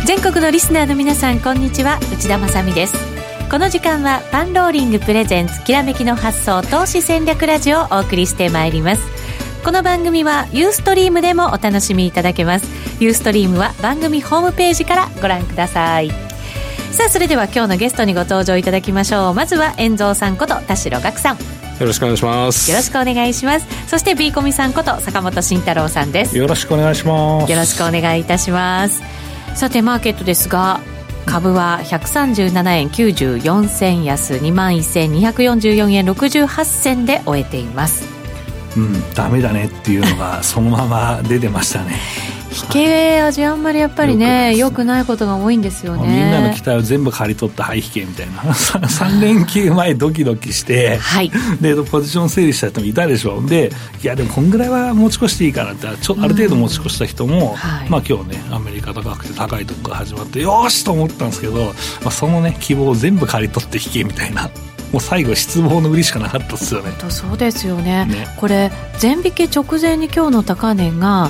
全国のリスナーの皆さん、こんにちは。内田まさみです。この時間はパンローリングプレゼンツきらめきの発想投資戦略ラジオをお送りしてまいります。この番組はユーストリームでもお楽しみいただけます。ユーストリームは番組ホームページからご覧ください。さあ、それでは今日のゲストにご登場いただきましょう。まずは遠蔵さんこと田代岳さん、 よろしくお願いします。 よろしくお願いします。そして B コミさんこと坂本慎太郎さんです。 よろしくお願いします。 よろしくお願いいたします。さて、マーケットですが、株は137円94銭安 21,244 円68銭で終えています。 ダメだねっていうのがそのまま出てましたね。 引け味あんまりやっぱりね、良くないことが多いんですよね。 みんなの期待を全部刈り取った引けみたいな3連休前ドキドキして、はい、でポジション整理した人もいたでしょ。で、いやでもこんぐらいは持ち越していいかなってある程度持ち越した人も、はい、今日ねアメリカ高くて高いところが始まってよーしと思ったんですけど、そのね希望を全部刈り取って引けみたいな、もう最後失望の売りしかなかったですよね。 そうですよ ね。これ全引け直前に今日の高値が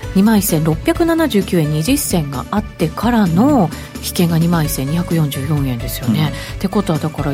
21,679円20銭があってからの引けが 21,244 円ですよね、ってことはだから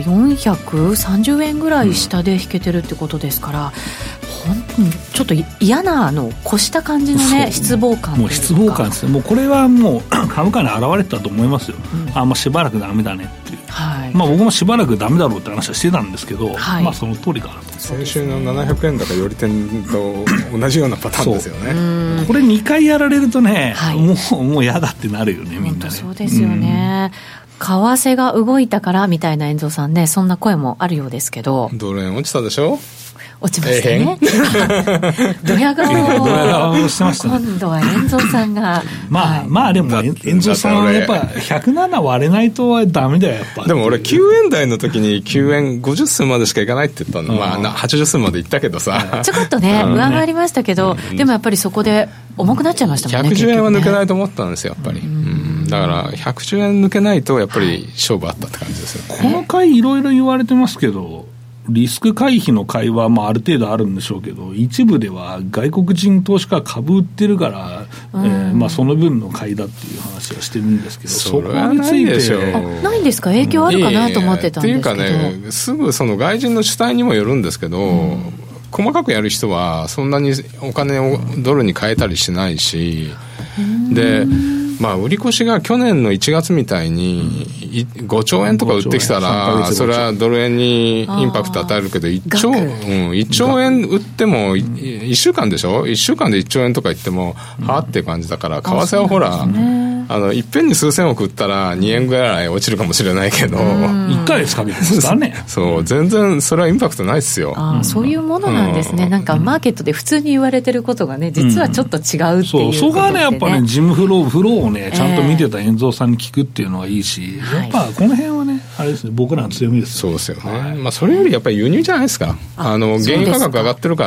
430円ぐらい下で引けてるってことですから、本当にちょっと嫌な越した感じのね失望感というか、 もう失望感ですね。もうこれはもう株価に現れてたと思いますよ、もうしばらくダメだねっていう、はい、僕もしばらくダメだろうって話はしてたんですけど、はい、その通りかなと。 先週の700円高より点と同じようなパターンですよね。 これ2回やられるとね、はい、もう嫌だってなるよね、みんなね。 そうですよね、為替が動いたからみたいな、遠藤さんね、そんな声もあるようですけど、 ドル円落ちたでしょ。 落ちましたね。ドヤ顔をしてましたね。 今度は遠藤さんがでも遠藤さんはやっぱ107割れないとダメだよやっぱ。 でも俺9円台の時に9円50銭までしかいかないって言ったの、80銭までいったけどさ、 ちょこっとね上がりましたけど、でもやっぱりそこで重くなっちゃいましたもんね。 110円は抜けないと思ったんですよやっぱり。だから110円抜けないとやっぱり勝負あったって感じですよね。 この回いろいろ言われてますけど、リスク回避の買いはある程度あるんでしょうけど、一部では外国人投資家が株売ってるから、その分の買いだっていう話はしてるんですけど、 そこについてないんですか。影響あるかなと思ってたんですけど、 っていうかね、すぐその外人の主体にもよるんですけど、細かくやる人はそんなにお金をドルに変えたりしないし、で売り越しが去年の1月みたいに5兆円とか売ってきたら、それはドル円にインパクト与えるけど、1兆円売っても1週間でしょ。1週間で1兆円とか言ってもはっていう感じだから、為替はほらいっぺんに数千億売ったら2円ぐらい落ちるかもしれないけど、 1ヶ月かけてですからね。 そう全然それはインパクトないですよ。 そういうものなんですね。なんかマーケットで普通に言われてることがね、実はちょっと違うっていうことでね。 そこがねやっぱね、ジムフローをねちゃんと見てた遠藤さんに聞くっていうのがいいし、やっぱこの辺はねあれですね、僕らの強みです。 そうですよね、それよりやっぱり輸入じゃないですか。原油価格上がってるから、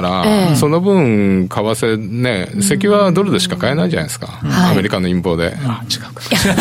その分為替ね、石油はドルでしか買えないじゃないですか、アメリカの陰謀で。違うか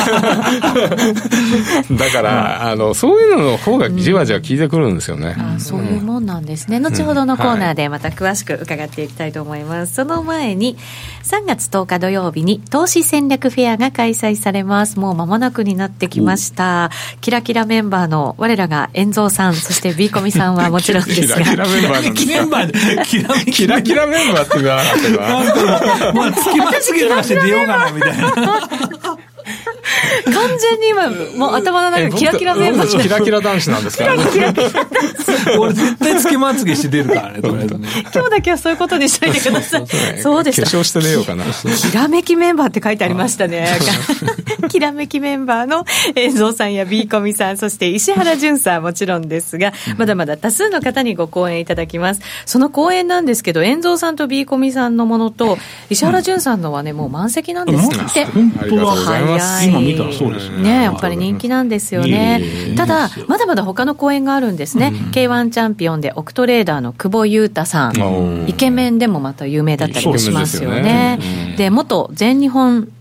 だからそういうのの方がじわじわ効いてくるんですよね。 そういうもんなんですね。後ほどのコーナーでまた詳しく伺っていきたいと思います。その前に3月10日土曜日に投資戦略フェアが開催されます。もう間もなくになってきました。キラキラメンバーの我らが遠蔵さん、そして B コミさんはもちろんですがキラキラメンバーのキラキラメンバーって言わなかったな。つきまつげとして出ようかなみたいな。 完全に今もう頭の中キラキラメンバー、 キラキラ男子なんですか。 俺絶対つけまつげして出るからね、とりあえずね。 今日だけはそういうことにしといてください。そうでした。 化粧して出ようかな。 きらめきメンバーって書いてありましたね。きらめきメンバーの遠蔵さんや B コミさん、そして石原淳さんはもちろんですが、まだまだ多数の方にご講演いただきます。その講演なんですけど、遠蔵さんと B コミさんのものと石原淳さんのはね、もう満席なんですって。 本当は早い。今見たらそうですね。 やっぱり人気なんですよね。ただまだまだ他の講演があるんですね。K1 チャンピオンでオクトレーダーの久保優太さん、イケメンでもまた有名だったりもしますよね。で元全日本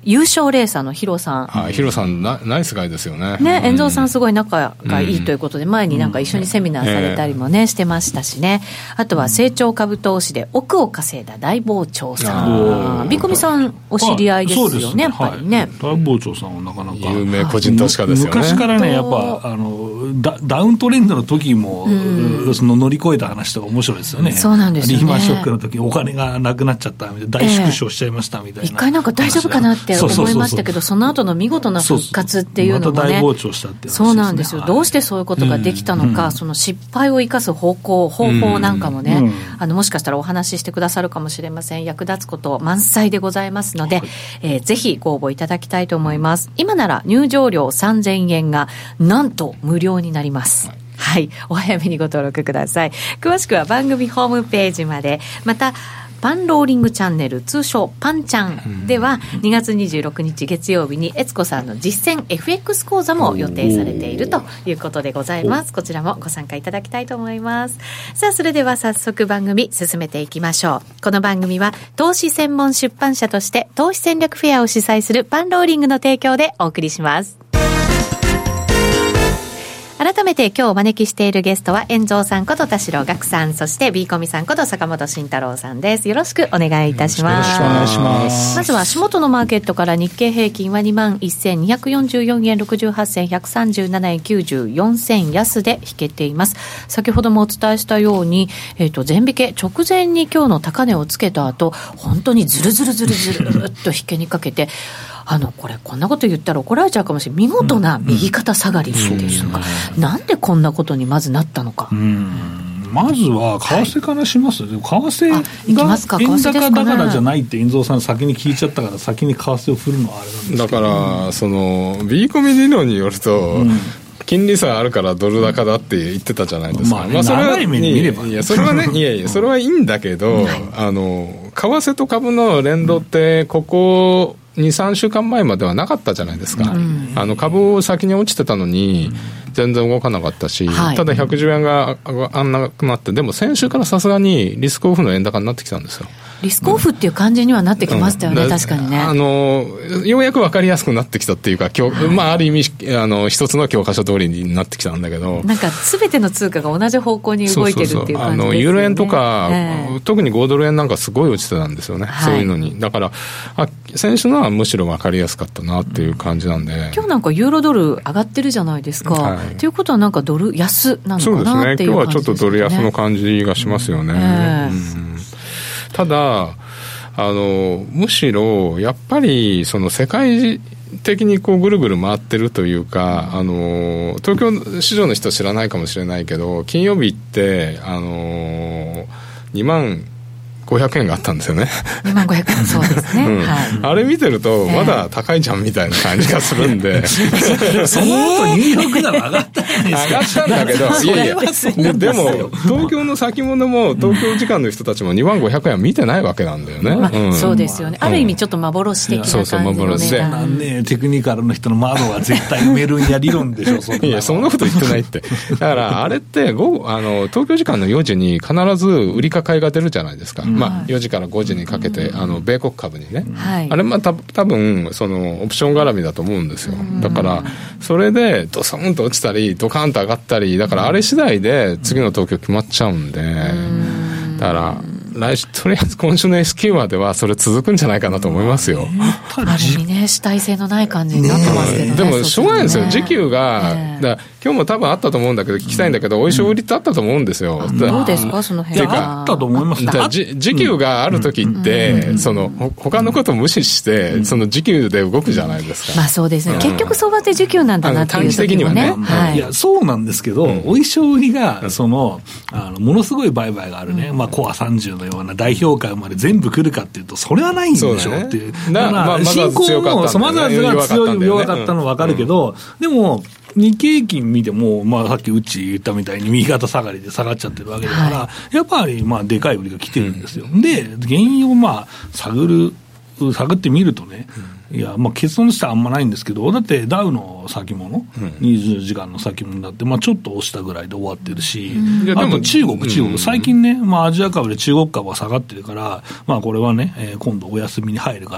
優勝レーサーのヒロさん、 ヒロさんナイスガイですよね。 遠藤さんすごい仲がいいということで、前になんか一緒にセミナーされたりもね、してましたしね。あとは成長株投資で億を稼いだ大傍聴さん、ビコミさんお知り合いですよね、やっぱりね。 大傍聴さんはなかなか有名個人投資家ですよね。 昔からね、やっぱダウントレンドの時も、その乗り越えた話とか面白いですよね。 そうなんですよね。 リーマンショックの時お金がなくなっちゃったみたいな、大縮小しちゃいましたみたいな、 一回なんか大丈夫かなって思いましたけど、その後の見事な復活っていうのもね、 また大膨張したっていう話ですね。 そうなんですよ、どうしてそういうことができたのか、その失敗を生かす方法なんかもね、もしかしたらお話ししてくださるかもしれません。役立つこと満載でございますので、ぜひご応募いただきたいと思います。今なら入場料3000円がなんと無料になります。はい、お早めにご登録ください。詳しくは番組ホームページまで。またパンローリングチャンネル、通称パンちゃんでは2月26日月曜日に悦子さんの実践 FX 講座も予定されているということでございます。こちらもご参加いただきたいと思います。さあ、それでは早速番組進めていきましょう。この番組は投資専門出版社として投資戦略フェアを主催するパンローリングの提供でお送りします。改めて今日お招きしているゲストは遠蔵さんこと田代岳さん、そして B コミさんこと坂本慎太郎さんです。よろしくお願いいたします。 よろしくお願いします。 まずは足元のマーケットから日経平均は 21,244 円68銭、137円94銭安で引けています。先ほどもお伝えしたように、前引け直前に今日の高値をつけた後、本当にズルズルズルズルっと引けにかけてこれこんなこと言ったら怒られちゃうかもしれない、見事な右肩下がりっていうか、なんでこんなことにまずなったのか。 まずは為替からします、はい、為替が円高だからじゃないって遠蔵さん先に聞いちゃったから、先に為替を振るのはあれなんですけど、 だからその B コミ理論によると、金利差あるからドル高だって言ってたじゃないですか。 それは長い目に見れば、 それはねいやそれはいいんだけど、為替と株の連動ってここ2、3週間前まではなかったじゃないですか。株先に落ちてたのに全然動かなかったし、ただ110円が上がんなくなって、でも先週からさすがにリスクオフの円高になってきたんですよ。 リスクオフっていう感じにはなってきましたよね、確かにね。 ようやく分かりやすくなってきたっていうか、ある意味一つの教科書通りになってきたんだけど、 なんか全ての通貨が同じ方向に動いてるっていう感じですよね。 ユーロ円とか、特に5ドル円なんかすごい落ちてたんですよね、そういうのに。だから先週のはむしろ分かりやすかったなっていう感じなんで、 今日なんかユーロドル上がってるじゃないですか、ということはなんかドル安なのかなっていう感じですね。 今日はちょっとドル安の感じがしますよね。ただむしろやっぱりその世界的にこうぐるぐる回ってるというか、東京市場の人は知らないかもしれないけど、金曜日って2万500円があったんですよね。 2500円、そうですね、 あれ見てるとまだ高いじゃんみたいな感じがするんで、 その後ニューヨークダウ上がったんですか。 上がったんだけどでも東京の先物も東京時間の人たちも2万500円は見てないわけなんだよね、 そうですよね。ある意味ちょっと幻的な感じの値段、 テクニカルの人の窓は絶対埋めるんや理論でしょ。 いやそんなこと言ってないって。だからあれって東京時間の4時に必ず売りか買いが出るじゃないですか、4時から5時にかけて米国株にね、あれ多分そのオプション絡みだと思うんですよ。だからそれでドサンと落ちたりドカンと上がったり、だからあれ次第で次の東京決まっちゃうんで、だからとりあえず今週の S q まではそれ続くんじゃないかなと思いますよ。 ある意味ね、主体性のない感じになってますけどね。 でもしょうがないんですよ、時給が、今日も多分あったと思うんだけど、聞きたいんだけど、おいしい売りってあったと思うんですよ。 どうですか、その辺は。あったと思います。 時給がある時って、他のことを無視して、その時給で動くじゃないですか。 そうですね、結局相場って時給なんだなっていう時もね。 いやそうなんですけど、おいしい売りがものすごい売買があるね、コア30のような代表会まで全部来るかっていうと、それはないんでしょっていう。だから進行もマザーズが強い弱かったのは分かるけど、でも日経平均見ても、さっきうち言ったみたいに右肩下がりで下がっちゃってるわけだから、やっぱりでかい売りが来てるんですよ。で原因を探ってみるとね、 いや、結論としてはあんまないんですけど、だってダウの先物、20時間の先物だって、ちょっと押したぐらいで終わってるし、あと中国、最近ね、アジア株で中国株は下がってるから、これはね、今度お休みに入るから、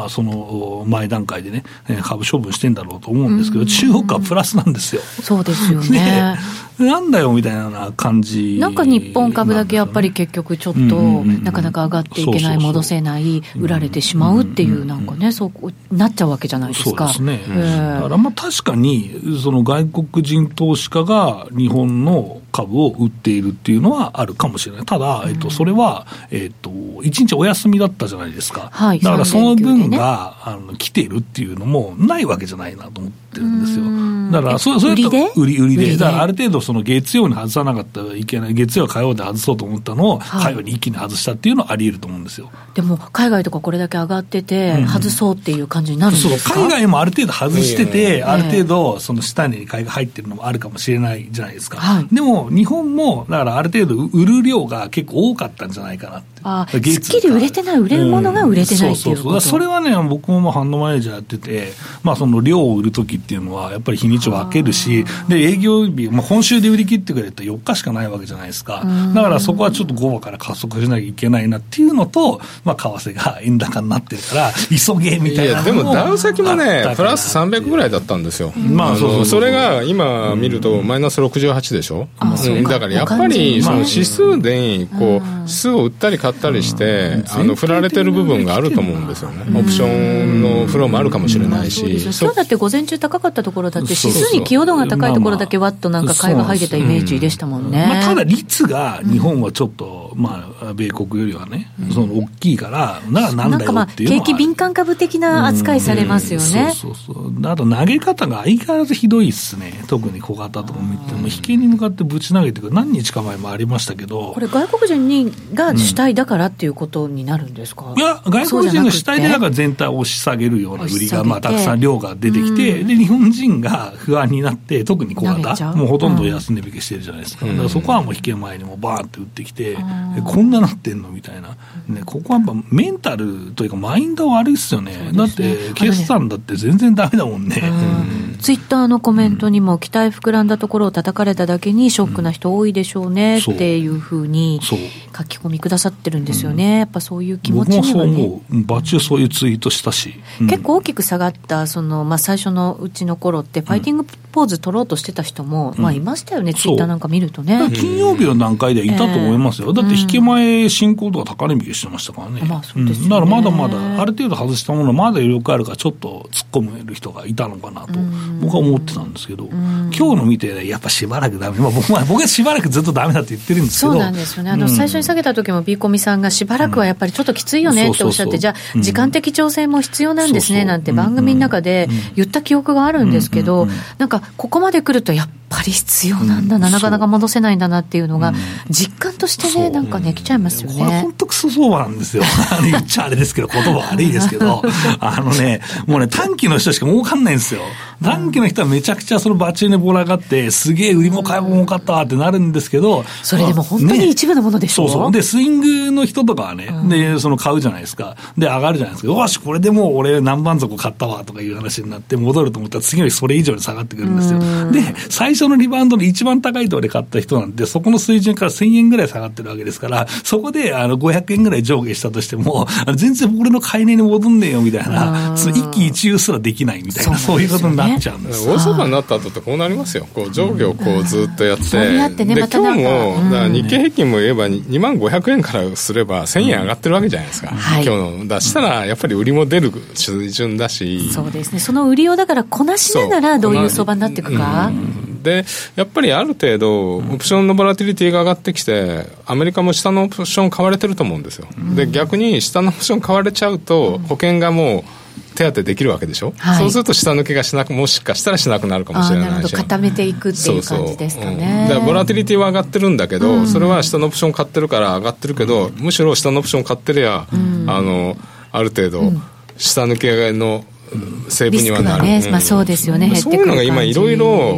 その前段階でね、株処分してんだろうと思うんですけど、中国株プラスなんですよ。 そうですよね。 なんだよみたいな感じなんか日本株だけやっぱり結局ちょっとなかなか上がっていけない、戻せない、売られてしまうっていう、なんかね、そうなっちゃうわけじゃないですか。 そうですね。だから確かにその外国人投資家が日本の株を売っているっていうのはあるかもしれない。ただ、それは、一日お休みだったじゃないですか。はい、だからその分が、来ているっていうのもないわけじゃないなと思ってるんですよ。だからそれと売りでだからある程度その月曜に外さなかったらいけない、月曜火曜で外そうと思ったのを火曜に一気に外したっていうのはあり得ると思うんですよ。 でも海外とかこれだけ上がってて、外そうっていう感じになるんですか？ そう、海外もある程度外してて、ある程度その下に買いが入ってるのもあるかもしれないじゃないですか。はい、でも日本もだからある程度売る量が結構多かったんじゃないかなって。 すっきり売れてない、売れるものが売れてないっていうこと。 それはね、僕もファンドマネージャーやってて、その量を売るときっていうのはやっぱり日にちを分けるし、で営業日、本週で売り切ってくれたら4日しかないわけじゃないですか。だからそこはちょっと5話から加速しなきゃいけないなっていうのと、為替が円高になってるから急げみたいな。 でもダウ先もねプラス300ぐらいだったんですよ。それが今見るとマイナス68でしょ。だからやっぱりその指数でこう指数を売ったり買ったりして振られてる部分があると思うんですよね。オプションのフローもあるかもしれないし、 今日だって午前中高かったところだって指数に寄与度が高いところだけわっとなんか買いが入ってたイメージでしたもんね。 ただ率が日本はちょっと、米国よりはね、その大きいからなんだよっていうのは景気敏感株的な扱いされますよね。 あと投げ方が相変わらずひどいっすね。特に小型とか見ても引けに向かってぶち投げてくる。何日か前もありましたけど、 これ外国人が主体だからっていうことになるんですか？ いや、外国人が主体でだから全体を押し下げるような売りがたくさん量が出てきて、で日本人が不安になって特に小型もうほとんど安値引けしてるじゃないですか。だからそこはもう引け前にもバーンって打ってきて、こんななってんのみたいな、ね、ここはやっぱメンタルというかマインド悪いっすよね。だって決算だって全然ダメだもんね。 ツイッターのコメントにも期待膨らんだところを叩かれただけにショックな人多いでしょうねっていうふうに書き込みくださってるんですよね。やっぱそういう気持ちにはね。 僕もそう思う。バッチリそういうツイートしたし、 結構大きく下がったその、最初のうちの頃ってファイティングポーズ取ろうとしてた人も、いましたよね。ツイッターなんか見るとね。 金曜日の段階でいたと思いますよ。だって引け前進行とか高値引きしてましたからね。 そうですよね。 だからまだまだある程度外したものまだ余力あるからちょっと突っ込める人がいたのかなと僕は思ってたんですけど、今日の見て、やっぱしばらくダメ。僕はしばらくずっとダメだって言ってるんですけど。 そうなんですよね。最初に下げた時もビーコミさんがしばらくはやっぱりちょっときついよねっておっしゃって、じゃあ時間的調整も必要なんですねなんて番組の中で言った記憶があるんですけど、なんかここまで来るとやっぱり必要なんだな、なかなか戻せないんだなっていうのが実感としてね、なんかね来ちゃいますよね。 これ本当クソ相場なんですよ。言っちゃあれですけど、言葉悪いですけど、もうね短期の人しか儲かんないんですよ。短期の人はめちゃくちゃそのバチに盛らがってすげえ売りも買いも儲かったってなるんですけど、 それでも本当に一部のものでしょ。 そうでスイングの人とかはね、でその買うじゃないですか。で上がるじゃないですか。よしこれでもう俺何万底買ったわとかいう話になって戻ると思ったら次の日それ以上に下がってくるんですよ。で最初のリバウンドの一番高いところで買った人なんてそこの水準から1000円ぐらい下がってるわけですから、そこで500円ぐらい上下したとしても全然俺の買い値に戻んねえよみたいな、一喜一憂すらできないみたいな、そういうことになっちゃうんです。 大相場になった後ってこうなりますよ。こう上下をこうずっとやって、 ね、 で今日もだから日経平均も言えば2万500円からすれば1000円上がってるわけじゃないですか。今日の出したらやっぱり売りも出る水準だし、 そうですね。その売りをだからこなしながらどういう相場になっていくか。 でやっぱりある程度オプションのボラティリティが上がってきて、アメリカも下のオプション買われてると思うんですよ。で逆に下のオプション買われちゃうと保険がもう手当てできるわけでしょ、そうすると下抜けがしなく、もしかしたらしなくなるかもしれないし、 なるほど、固めていくっていう感じですかね。 だからボラティリティは上がってるんだけど、それは下のオプション買ってるから上がってるけど、むしろ下のオプション買ってりゃ、ある程度下抜けのセーブにはなる、 リスクがね、そうですよね、 そういうのが今いろいろ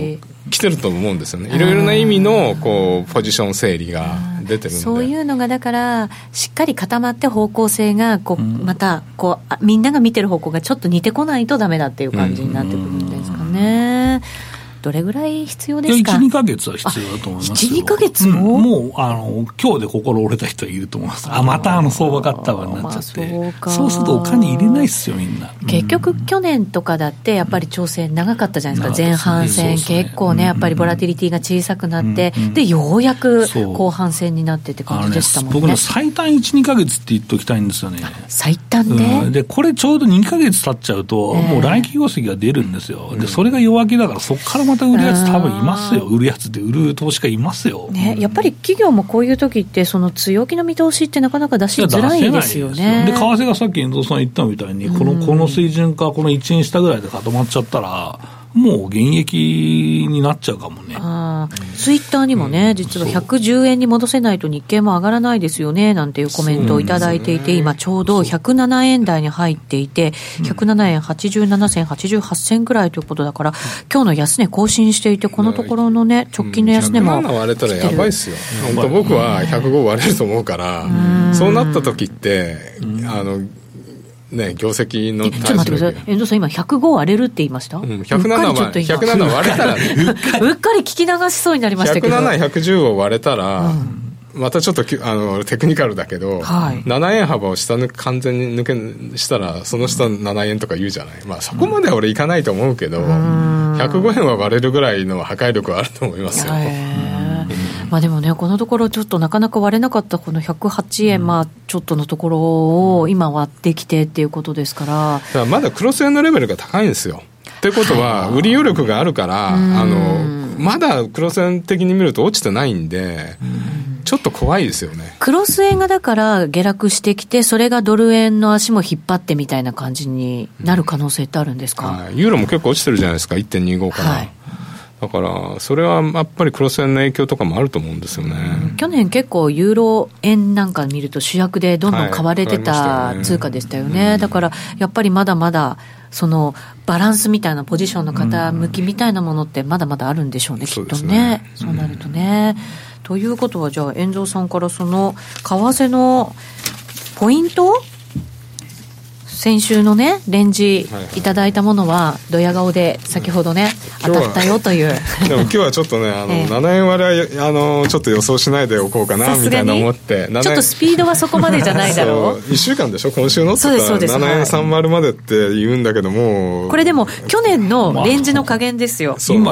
来てると思うんですよね。いろいろな意味のこうポジション整理が出てるんで、 そういうのがだからしっかり固まって方向性がこうまたこうみんなが見てる方向がちょっと似てこないとダメだっていう感じになってくるんですかね。どれぐらい必要ですか。 1、2ヶ月は必要だと思いますよ。 1、2ヶ月も、 もう今日で心折れた人はいると思います。また相場買ったわになっちゃって、そうするとお金入れないっすよみんな。 結局去年とかだってやっぱり調整長かったじゃないですか。前半戦結構ねやっぱりボラティリティが小さくなって、でようやく後半戦になってって感じでしたもんね。 僕ね最短 1,2 ヶ月って言っておきたいんですよね。 最短で、 でこれちょうど2ヶ月経っちゃうと、もう来期業績が出るんですよ。でそれが弱気だからそこからまた売るやつ多分いますよ。売るやつで売る投資家いますよ、 ね、やっぱり企業もこういう時ってその強気の見通しってなかなか出しづらいですよね。 で為替がさっき遠藤さん言ったみたいにこの水準かこの1円下ぐらいで固まっちゃったらもう現役になっちゃうかもね。 ツイッターにもね、実は110円に戻せないと日経も上がらないですよねなんていうコメントをいただいていて、今ちょうど107円台に入っていて、107円87銭88銭ぐらいということだから、今日の安値更新していて、このところのね直近の安値も 107割れたらやばいですよ。本当僕は105割れると思うから、そうなった時ってね、業績のちょっと待ってください。遠藤さん今105割れるって言いました、 107割れたらねうっかり聞き流しそうになりましたけど、 107、110を割れたら、またちょっとテクニカルだけど、7円幅を完全に抜けしたらその下7円とか言うじゃない。まあそこまでは俺いかないと思うけど、105円は割れるぐらいの破壊力はあると思いますよ。 まあ、でもねこのところちょっとなかなか割れなかったこの108円、まあちょっとのところを今割ってきてっていうことですから、 だからまだクロス円のレベルが高いんですよ。ってことは売り余力があるから、まだクロス円的に見ると落ちてないんで、ちょっと怖いですよね。 クロス円がだから下落してきて、それがドル円の足も引っ張ってみたいな感じになる可能性ってあるんですか。 ユーロも結構落ちてるじゃないですか 1.25 から、だからそれはやっぱりクロス円の影響とかもあると思うんですよね。 去年結構ユーロ円なんか見ると主役でどんどん買われてた通貨でしたよね、だからやっぱりまだまだそのバランスみたいなポジションの傾きみたいなものってまだまだあるんでしょうね、きっとね。そうなるとね、ということはじゃあ遠藤さんからその為替のポイント、先週のねレンジいただいたものはドヤ顔で先ほどね、当たったよというでも今日はちょっとね7円割れはちょっと予想しないでおこうかなみたいな思って、 ちょっとスピードはそこまでじゃないだろう 1週間でしょ今週のって言ったら7円30までって言うんだけども、 これでも去年のレンジの加減ですよ。 今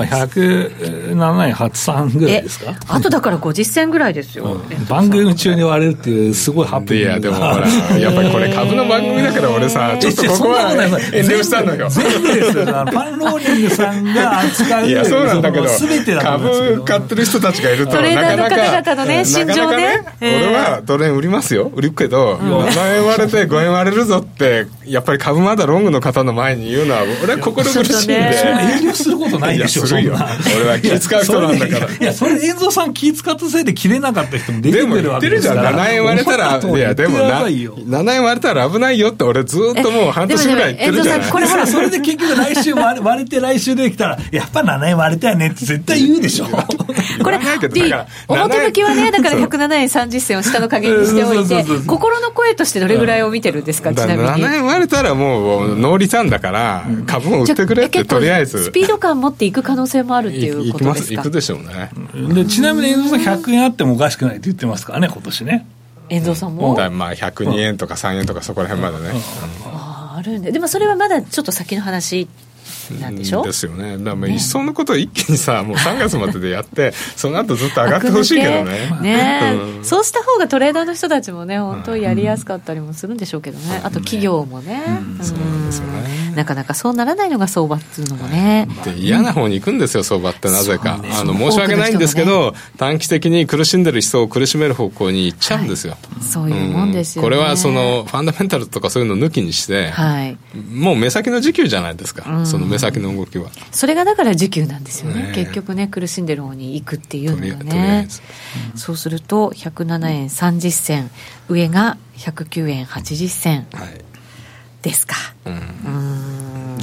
107円83ぐらいですか。 あとだから50銭ぐらいですよ、 番組中に割れるっていうすごいハッピー。 いやでもほらやっぱりこれ株の番組だから俺さちょっとここは遠慮したのよ。 全部ですよ。パンローリングさんが扱う。 いやそうなんだけど全てだと思うんですけど、 株買ってる人たちがいるとトレーダーの方々のね心情ね、 俺はドル円売りますよ、売るけど、7円割れて5円割れるぞってやっぱり株まだロングの方の前に言うのは俺は心苦しいんで、 そんな遠慮することないでしょ。 するよ俺は気使う人なんだから。 いやそれ遠藤さん気使ったせいで切れなかった人も出てくるわけですから。 でも言ってるじゃん、7円割れたら、いやでも7円割れたら危ないよって俺ずっともう半年ぐらい言ってるじゃない。 これほらそれで結局来週割れて来週出てきたらやっぱ7円割れたよねって絶対言うでしょ。 これ表向きはねだから107円30銭を下の加減にしておいて心の声としてどれぐらいを見てるんですか。ちなみに 7円割れたらもうノーリターンだから株も売ってくれってとりあえずスピード感持っていく可能性もあるっていうことですか。 いくでしょうね。 でちなみに遠藤さん100円あってもおかしくないって言ってますからね今年ね。 遠藤さんもまあ102円とか3円とかそこら辺までね、 あるんで、でもそれはまだちょっと先の話なんでしょですよね。だからいっそのことを一気にさもう3月まででやってその後ずっと上がってほしいけどね。 そうした方がトレーダーの人たちもね本当にやりやすかったりもするんでしょうけどね、あと企業もね、 そうなんですよね。 なかなかそうならないのが相場っていうのもね、 で嫌な方に行くんですよ相場ってなぜか。申し訳ないんですけど、短期的に苦しんでる人を苦しめる方向に行っちゃうんですよ、 そういうもんですよね。 これはそのファンダメンタルとかそういうの抜きにして、もう目先の時給じゃないですか、その目先の動きは。それがだから時給なんですよね、結局ね苦しんでる方に行くっていうのがね。そうすると107円30銭上が109円80銭ですか。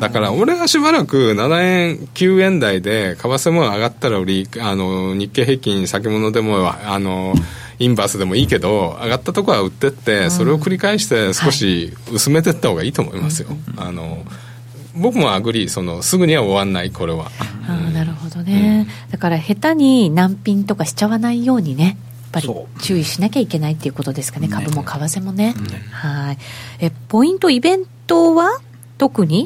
だから俺はしばらく7円9円台で為替も上がったら売り、日経平均先物でもインバースでもいいけど上がったとこは売ってって、それを繰り返して少し薄めていった方がいいと思いますよ。僕もアグリー、すぐには終わんない、これは。 なるほどね、だから下手に難品とかしちゃわないようにね、やっぱり注意しなきゃいけないっていうことですかね。株も為替もね、はい。ポイントイベントは特に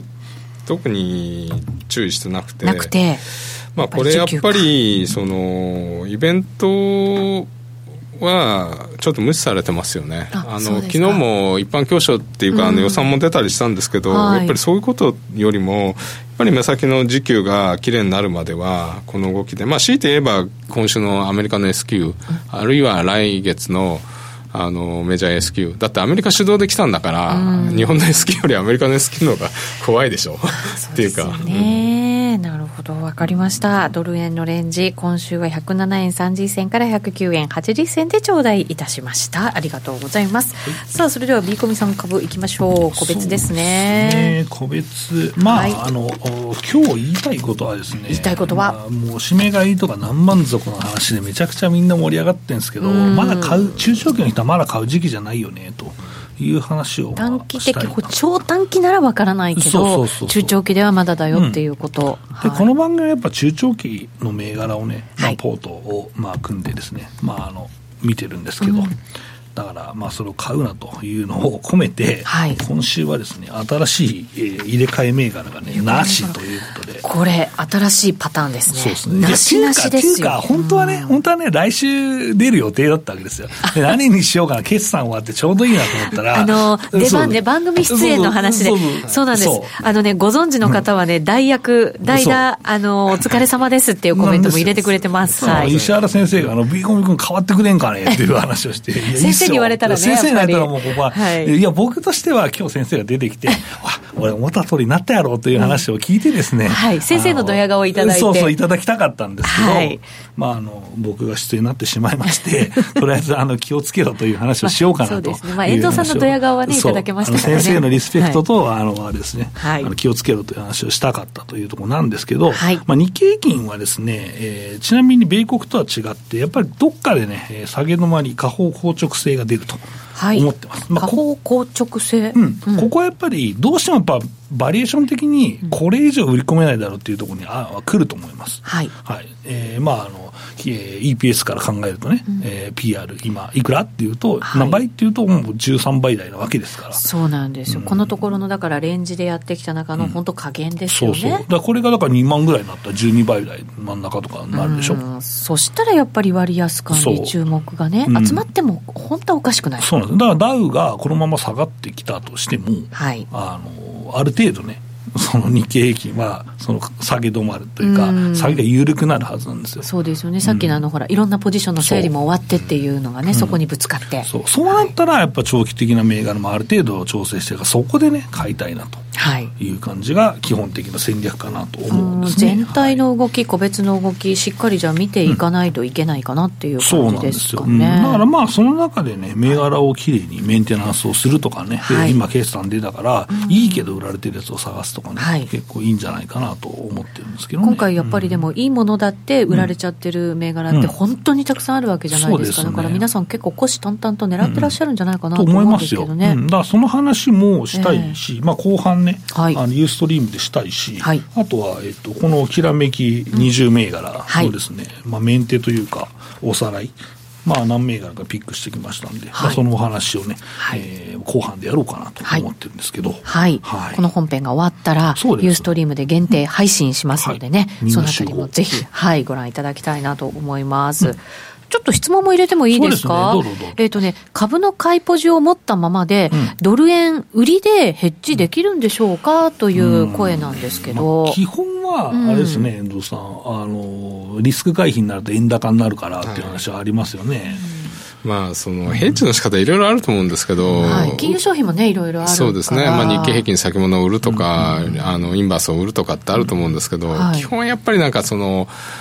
注意してなくて、これやっぱりイベントはちょっと無視されてますよね。昨日も一般教書っていうか、予算も出たりしたんですけど、やっぱりそういうことよりもやっぱり目先の時給がきれいになるまではこの動きで、強いて言えば今週のアメリカの S q、あるいは来月のメジャー S q だってアメリカ主導で来たんだから、日本の S q よりアメリカの S q の方が怖いでしょっていうか、 なるほど、分かりました。ドル円のレンジ、今週は107円30銭から109円80銭で頂戴いたしました。ありがとうございます、さあそれでは B コミさん株いきましょう。個別ですね。 個別、今日言いたいことはですね、 言いたいことは、 もう締め買いとか何万足の話でめちゃくちゃみんな盛り上がってるんですけど、まだ中長期の人はまだ買う時期じゃないよねという話を短期的、超短期ならわからないけど、中長期ではまだだよっていうこと、 でこの番組はやっぱ中長期の銘柄をね、ポートを組んでですね、見てるんですけど、だからそれを買うなというのを込めて、今週はですね新しい、入れ替え銘柄がねなしということで、 これ新しいパターンですね。 そうですね。 なしなしですよ。 っていうか本当はね来週出る予定だったわけですよ。で何にしようかな、決算終わってちょうどいいなと思ったら出番で番組出演の話で、そうなんです。ご存知の方はね、代打お疲れ様ですっていうコメントも入れてくれてます。 石原先生がビーコミ君変わってくれんかねっていう話をして先生に言われたらね、 先生に言われたらもうここは、いや僕としては今日先生が出てきて俺思った通りになったやろうという話を聞いてですね、 先生のドヤ顔をいただいて、 そういただきたかったんですけど、僕が出演になってしまいましてとりあえず気をつけろという話をしようかなと。そうですね、 遠藤さんのドヤ顔はねいただけましたからね。 先生のリスペクトと、ですね、気をつけろという話をしたかったというところなんですけど、日経平均はですね、ちなみに米国とは違ってやっぱりどっかでね下げ止まり下方硬直性が出ると思ってます。 下方硬直性、 ここはやっぱりどうしてもやっぱバリエーション的にこれ以上売り込めないだろうというところに来ると思います。EPS から考えるとね、PR 今いくらっていうと、何倍っていうともう13倍台なわけですから。 そうなんですよ、このところのだからレンジでやってきた中の本当加減ですよね。 だからこれがだから2万ぐらいになったら12倍台真ん中とかになるでしょ。 そしたらやっぱり割安感に注目がね、集まっても本当はおかしくない。 そうなんです。だからダウがこのまま下がってきたとしても、ある程度ねその日経平均はその下げ止まるというか、下げが緩くなるはずなんですよ。 そうですよね。さっきのほらいろんなポジションの整理も終わってっていうのがね、そこにぶつかって、 そうなったらやっぱ長期的な銘柄もある程度調整してるから、そこでね買いたいなという感じが基本的な戦略かなと思うんですね。 全体の動き、個別の動きしっかりじゃあ見ていかないといけないかなっていう感じですかね。 だからその中でね銘柄をきれいにメンテナンスをするとかね、今決算出たからいいけど売られてるやつを探すとかね、結構いいんじゃないかなと思ってるんですけどね。 今回やっぱりでもいいものだって売られちゃってる銘柄って本当にたくさんあるわけじゃないですか。だから皆さん結構虎視眈々と狙ってらっしゃるんじゃないかなと思うんですけどね。 だからその話もしたいし、後半ね、ユーストリームでしたいし、あとは、このきらめき20銘柄のですね、メンテというかおさらい、何銘柄かピックしてきましたんで、そのお話をね、後半でやろうかなと思ってるんですけど、 この本編が終わったらユーストリームで限定配信しますのでね、そのあたりもぜひ、ご覧いただきたいなと思います。ちょっと質問も入れてもいいですか？株の買いポジを持ったままで、ドル円売りでヘッジできるんでしょうかという声なんですけど、 基本はあれですね、遠藤さん、リスク回避になると円高になるからっていう話はありますよね。 そのヘッジの仕方いろいろあると思うんですけど、 金融商品もねいろいろあるから、 そうですね、日経平均先物を売るとか、インバースを売るとかってあると思うんですけど、基本やっぱりその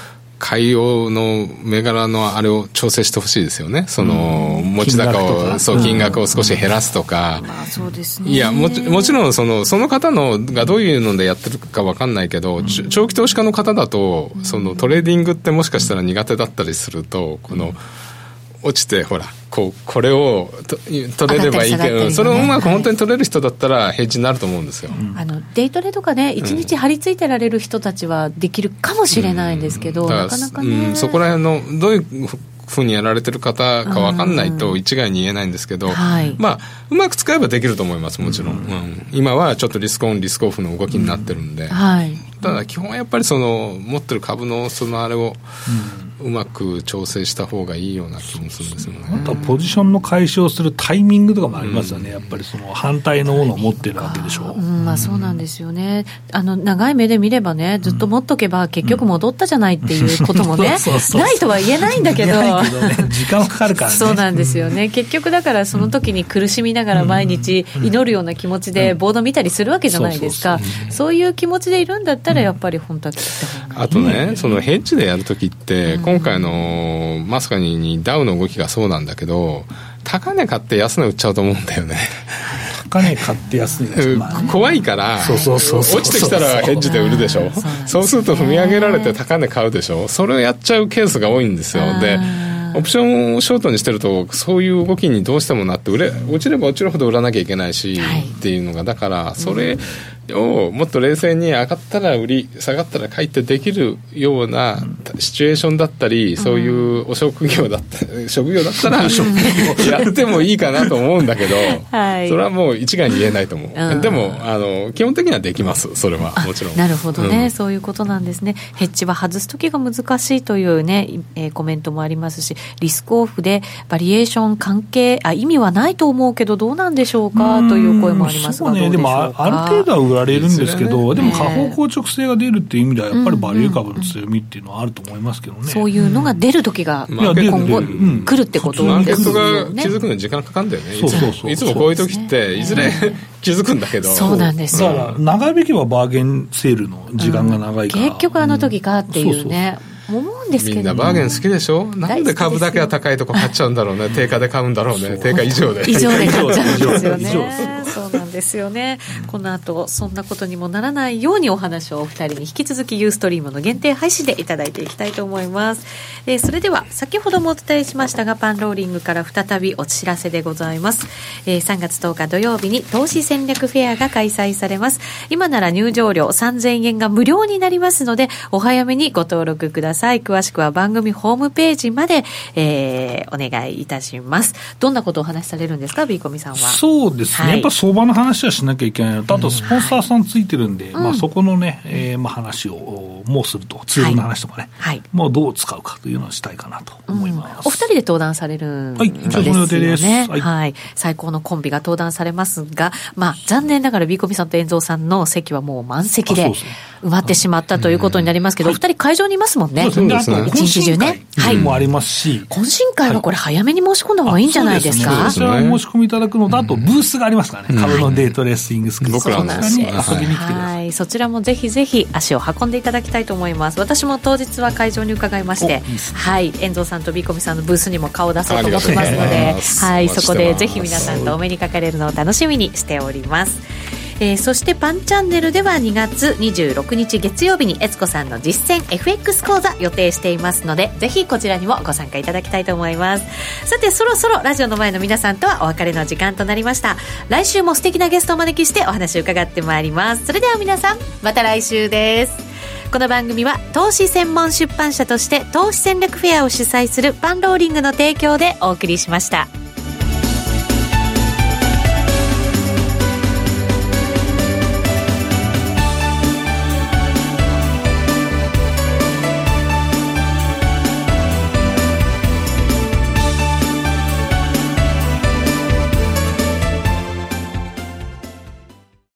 買い用の銘柄のあれを調整してほしいですよね。その持ち高を金額を少し減らすとか、 そうですね。 いやもちろんその方のがどういうのでやってるか分かんないけど、長期投資家の方だとそのトレーディングってもしかしたら苦手だったりすると、この落ちてほらこれを取れればいいけど、それをうまく本当に取れる人だったらヘッジになると思うんですよ。 デイトレとかね、1日張り付いてられる人たちはできるかもしれないんですけど、なかなかね、そこら辺のどういうふうにやられてる方か分かんないと一概に言えないんですけど、まあうまく使えばできると思います。もちろん、今はちょっとリスクオンリスクオフの動きになってるんで、ただ基本はやっぱりその持ってる株のそのあれをうまく調整した方がいいような気もするんですよね。 あとはポジションの解消するタイミングとかもありますよね。やっぱりその反対のものを持ってるわけでしょう。 まあそうなんですよね。長い目で見ればね、ずっと持っとけば結局戻ったじゃないっていうこともね、ないとは言えないんだけど、 時間はかかるからね。 そうなんですよね。結局だからその時に苦しみながら毎日祈るような気持ちでボード見たりするわけじゃないですか。そういう気持ちでいるんだったらやっぱり本当は聞いた方がいい。 あとね、そのヘッジでやるときって、今回のまさにダウの動きがそうなんだけど、高値買って安値売っちゃうと思うんだよね。 高値買って安値、 怖いから落ちてきたらヘッジで売るでしょ。そうすると踏み上げられて高値買うでしょ。それをやっちゃうケースが多いんですよ。でオプションをショートにしてるとそういう動きにどうしてもなって、落ちれば落ちるほど売らなきゃいけないし、っていうのが、だからそれをもっと冷静に上がったら売り下がったら買いってできるようなシチュエーションだったり、そういうお職業だったらやってもいいかなと思うんだけど、それはもう一概に言えないと思う。でも基本的にはできます。それはもちろん。 なるほどね、そういうことなんですね。ヘッジは外す時が難しいというね、コメントもありますし、リスクオフでバリエーション意味はないと思うけどどうなんでしょうかという声もありますが、どうでしょうか。 でもある程度は売られるんですけど、でも下方硬直性が出るっていう意味ではやっぱりバリュー株の強みっていうのはあると思いますけどね。 そういうのが出る時が今後来るってことですよね。 マーケットが気づくのに時間かかるんだよね。いつもこういう時っていずれ気づくんだけど。 そうなんですよ。 だから長引けばバーゲンセールの時間が長いから、 結局時かっていうね、思うんですけど、 みんなバーゲン好きでしょ。なんで株だけは高いとこ買っちゃうんだろうね。定価で買うんだろうね。定価以上で買っちゃうんですよね。そうなんですよね。この後そんなことにもならないようにお話をお二人に引き続きユーストリームの限定配信でいただいていきたいと思います。それでは先ほどもお伝えしましたが、パンローリングから再びお知らせでございます。3月10日土曜日に投資戦略フェアが開催されます。今なら入場料3000円が無料になりますので、お早めにご登録ください。詳しくは番組ホームページまで、お願いいたします。どんなことをお話しされるんですか、ビーコミさんは。 そうですね、やっぱ相場の話はしなきゃいけないのと、あとスポンサーさんついてるんで、そこのね、話をもうすると、ツールの話とかね、もうどう使うかというのをしたいかなと思います。 お二人で登壇されるんですよね。 一応その予定です。 最高のコンビが登壇されますが、残念ながらビーコミさんと遠蔵さんの席はもう満席で埋まってしまったということになりますけど、お二人会場にいますもんね。一日中ね。 もありますし、 懇親会はこれ早めに申し込んだ方がいいんじゃないですか。 そちらを申し込みいただくのと、あとブースがありますからね。株のデートレースイングスクール、 僕らのに遊びに来てください。 そちらもぜひぜひ足を運んでいただきたいと思います。私も当日は会場に伺いまして、遠蔵さんとビーコミさんのブースにも顔を出そうと思ってますので、そこでぜひ皆さんとお目にかかれるのを楽しみにしております。そしてパンチャンネルでは2月26日月曜日に悦子さんの実践 FX 講座予定していますので、ぜひこちらにもご参加いただきたいと思います。さてそろそろラジオの前の皆さんとはお別れの時間となりました。来週も素敵なゲストをお招きしてお話を伺ってまいります。それでは皆さんまた来週です。この番組は投資専門出版社として投資戦略フェアを主催するパンローリングの提供でお送りしました。